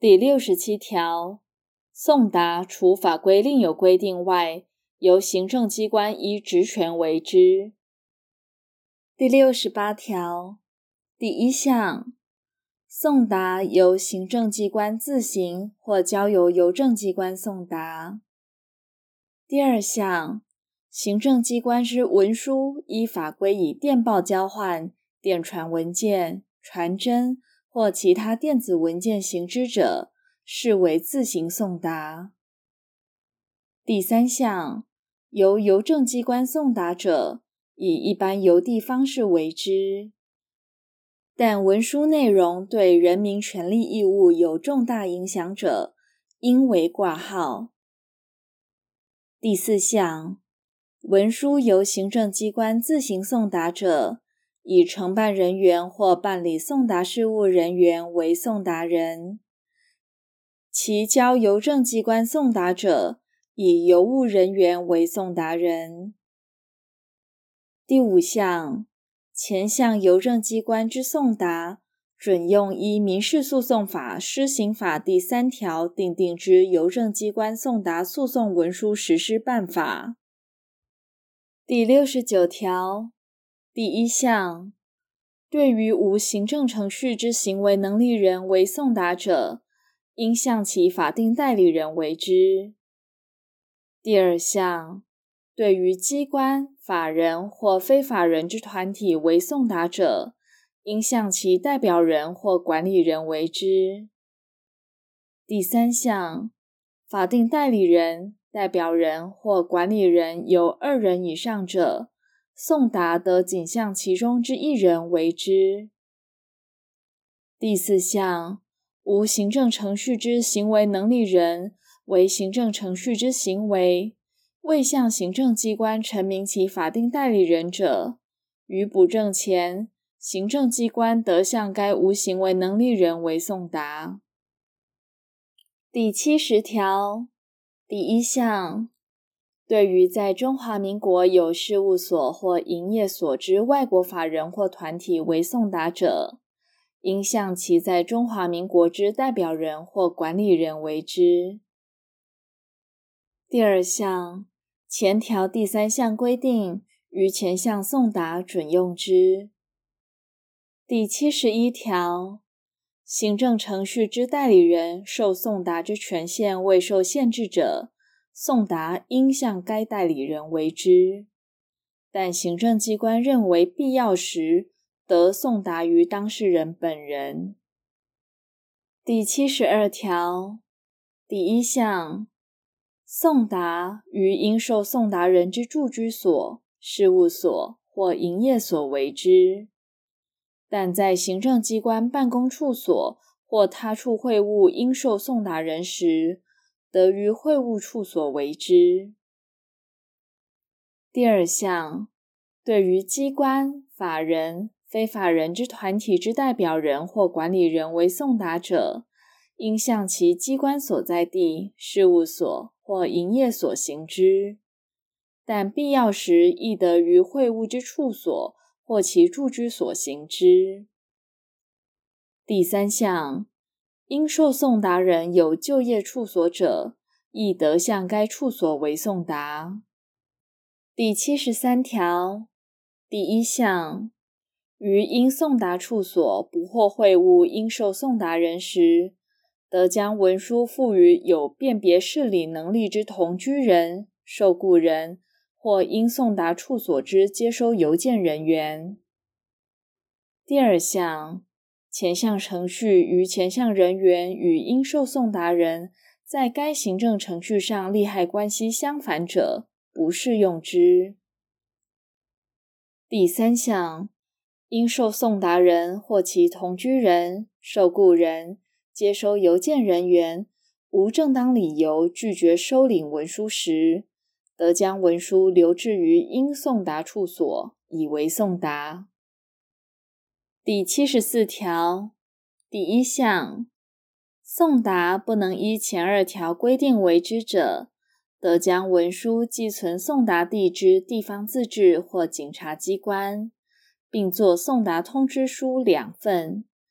第67条，送达除法规另有规定外，由行政机关依职权为之。第68条，第一项，送达由行政机关自行或交由邮政机关送达。第二项，行政机关之文书依法规以电报交换、电传文件、传真或其他电子文件行之者，视为自行送达。第三项，由邮政机关送达者，以一般邮递方式为之，但文书内容对人民权利义务有重大影响者，应为挂号。第四项，文书由行政机关自行送达者，以承办人员或办理送达事务人员为送达人，其交邮政机关送达者，以邮务人员为送达人。第五项，前项邮政机关之送达，准用依民事诉讼法施行法第3条订定之邮政机关送达诉讼文书实施办法。第69条，第一项，对于无行政程序之行为能力人为送达者，应向其法定代理人为之。第二项，对于机关、法人或非法人之团体为送达者，应向其代表人或管理人为之。第三项，法定代理人、代表人或管理人有2人以上者，送达得仅向其中之1人为之。第四项，无行政程序之行为能力人为行政程序之行为，未向行政机关陈明其法定代理人者，于补正前，行政机关得向该无行为能力人为送达。第70条，第一项，对于在中华民国有事务所或营业所之外国法人或团体为送达者，应向其在中华民国之代表人或管理人为之。第二项，前条第3项规定，于前项送达准用之。第71条，行政程序之代理人受送达之权限未受限制者，送达应向该代理人为之，但行政机关认为必要时，得送达于当事人本人。第72条，第一项，送达于应受送达人之住居所、事务所或营业所为之，但在行政机关办公处所或他处会务应受送达人时，得于会务处所为之。第二项，对于机关、法人、非法人之团体之代表人或管理人为送达者，应向其机关所在地、事务所或营业所行之，但必要时亦得于会务之处所或其住居所行之。第三项，应受送达人有就业处所者，亦得向该处所为送达。第73条，第一项，于因送达处所不获会务应受送达人时，得将文书付予有辨别事理能力之同居人、受雇人或因送达处所之接收邮件人员。第二项，前项程序与前项人员与应受送达人在该行政程序上利害关系相反者，不适用之。第三项，应受送达人或其同居人、受雇人、接收邮件人员无正当理由拒绝收领文书时，得将文书留置于应送达处所，以为送达。第74条，第一项，送达不能依前2条规定为之者，得将文书寄存送达地之地方自治或警察机关，并作送达通知书2份，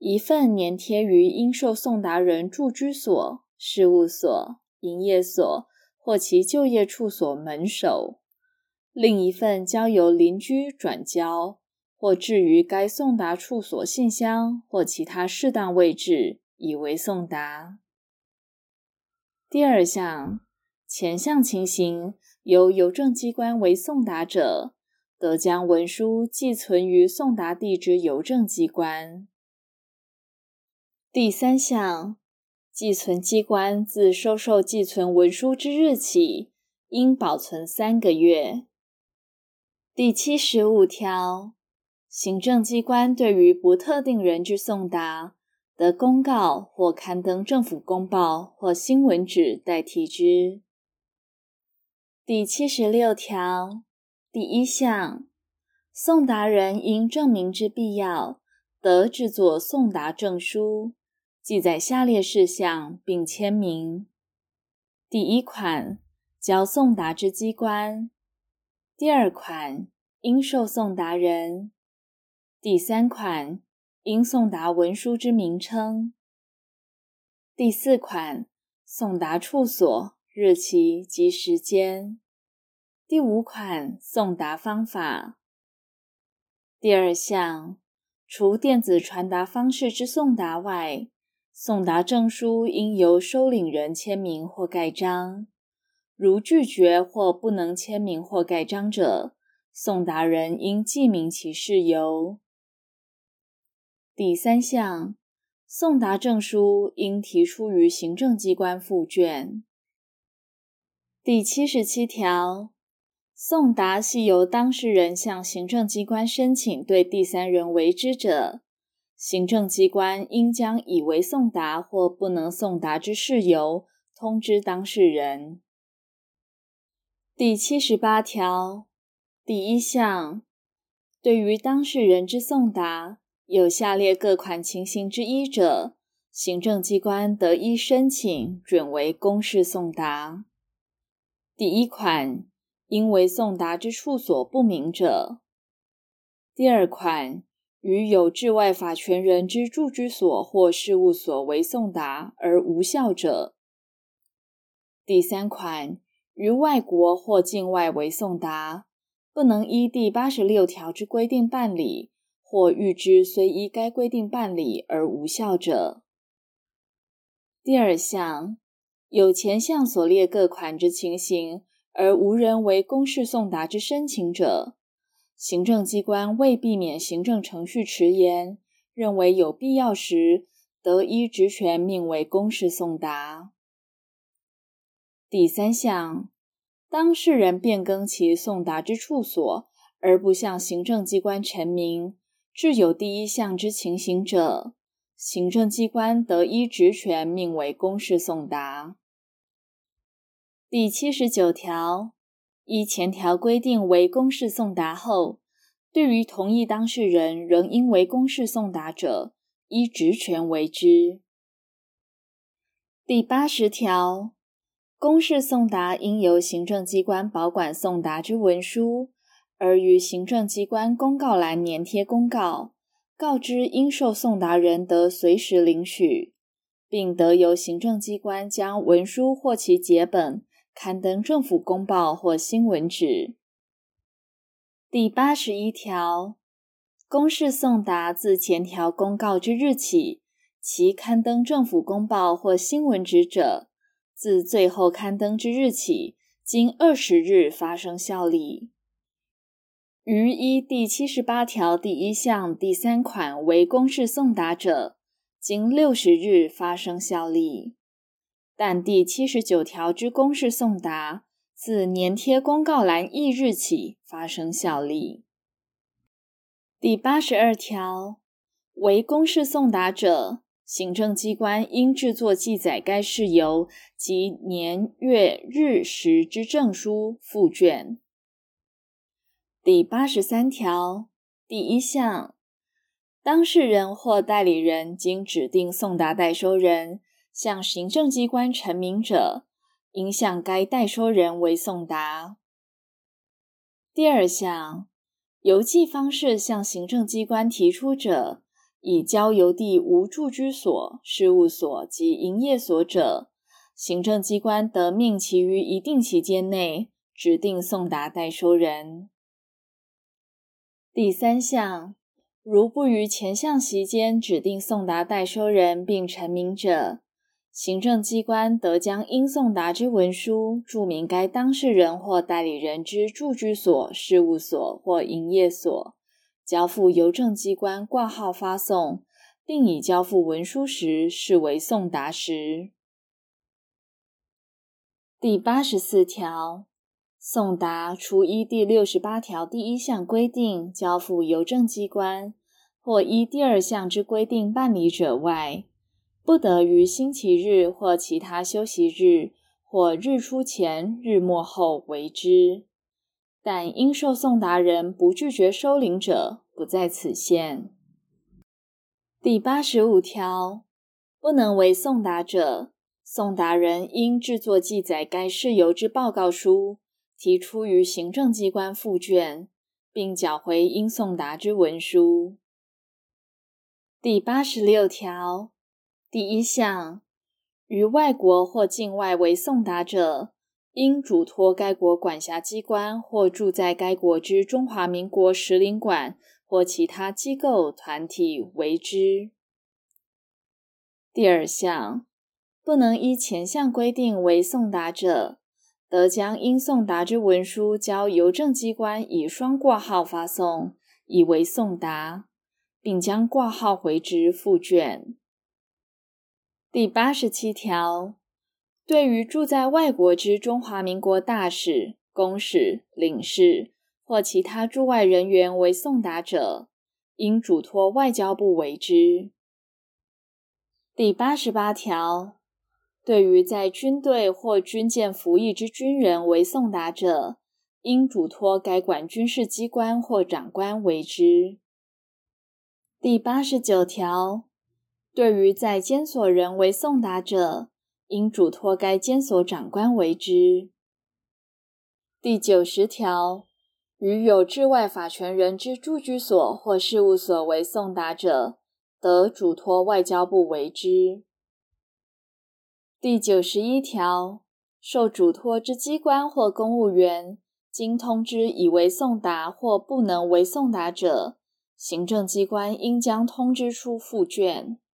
一份粘贴于应受送达人住居所、事务所、营业所或其就业处所门首，另一份交由邻居转交或置于该送达处所信箱或其他适当位置，以为送达。第二项，前项情形由邮政机关为送达者，得将文书寄存于送达地之邮政机关。第三项，寄存机关自收受寄存文书之日起，应保存3个月。第75条，行政机关对于不特定人之送达，得公告或刊登政府公报或新闻纸代替之。第76条，第1项，送达人因证明之必要，得制作送达证书，记载下列事项并签名。第1款，交送达之机关。第2款，应受送达人。第3款，应送达文书之名称。第4款，送达处所、日期及时间。第5款，送达方法。第2项，除电子传达方式之送达外，送达证书应由收领人签名或盖章。如拒绝或不能签名或盖章者，送达人应记明其事由。第3项，送达证书应提出于行政机关附卷。第77条，送达系由当事人向行政机关申请对第三人为之者，行政机关应将已为送达或不能送达之事由通知当事人。第78条，第1项，对于当事人之送达，有下列各款情形之一者，行政机关得依申请准为公事送达。第1款，因为送达之处所不明者。第2款，于有治外法权人之住居所或事务所为送达而无效者。第3款，于外国或境外为送达，不能依第86条之规定办理，或预知虽依该规定办理而无效者。第2项，有前项所列各款之情形，而无人为公事送达之申请者，行政机关为避免行政程序迟延，认为有必要时，得依职权命为公事送达。第3项，当事人变更其送达之处所，而不向行政机关陈明，致有第1项之情形者，行政机关得依职权命为公事送达。第79条，依前条规定为公事送达后，对于同意当事人仍应为公事送达者，依职权为之。第80条，公事送达应由行政机关保管送达之文书，而于行政机关公告栏粘贴公告，告知应受送达人得随时领取，并得由行政机关将文书或其节本刊登政府公报或新闻纸。第81条，公事送达自前条公告之日起，其刊登政府公报或新闻纸者，自最后刊登之日起，经20日发生效力。于依第78条第1项第3款为公事送达者，经60日发生效力。但第79条之公事送达，自粘贴公告栏翌日起发生效力。第82条，为公事送达者，行政机关应制作记载该事由及年月日时之证书附卷。第83条，第1项，当事人或代理人经指定送达代收人向行政机关陈明者，应向该代收人为送达。第2项，邮寄方式向行政机关提出者， 以交邮地无住居所、事务所及营业所者，行政机关得命其于一定期间内指定送达代收人。第3项，如不于前项期间指定送达代收人并陈明者，行政机关得将应送达之文书注明该当事人或代理人之住居所、事务所或营业所，交付邮政机关挂号发送，并以交付文书时视为送达时。第84条，送达除依第68条第1项规定交付邮政机关，或依第2项之规定办理者外，不得于星期日或其他休息日或日出前、日没后为之，但应受送达人不拒绝收领者，不在此限。第85条，不能为送达者，送达人应制作记载该事由之报告书，提出于行政机关附卷，并缴回应送达之文书。第86条，第1项，于外国或境外为送达者，应嘱托该国管辖机关或住在该国之中华民国使领馆或其他机构团体为之。第2项，不能依前项规定为送达者，得将应送达之文书交邮政机关以双挂号发送，以为送达，并将挂号回之附卷。第87条，对于住在外国之中华民国大使、公使、领事或其他驻外人员为送达者，应嘱托外交部为之。第88条，对于在军队或军舰服役之军人为送达者，应嘱托该管军事机关或长官为之。第89条，对于在监所人为送达者，应嘱托该监所长官为之。第90条，于有治外法权人之住居所或事务所为送达者，得嘱托外交部为之。第91条，受嘱托之机关或公务员，经通知已为送达或不能为送达者，行政机关应将通知书附卷。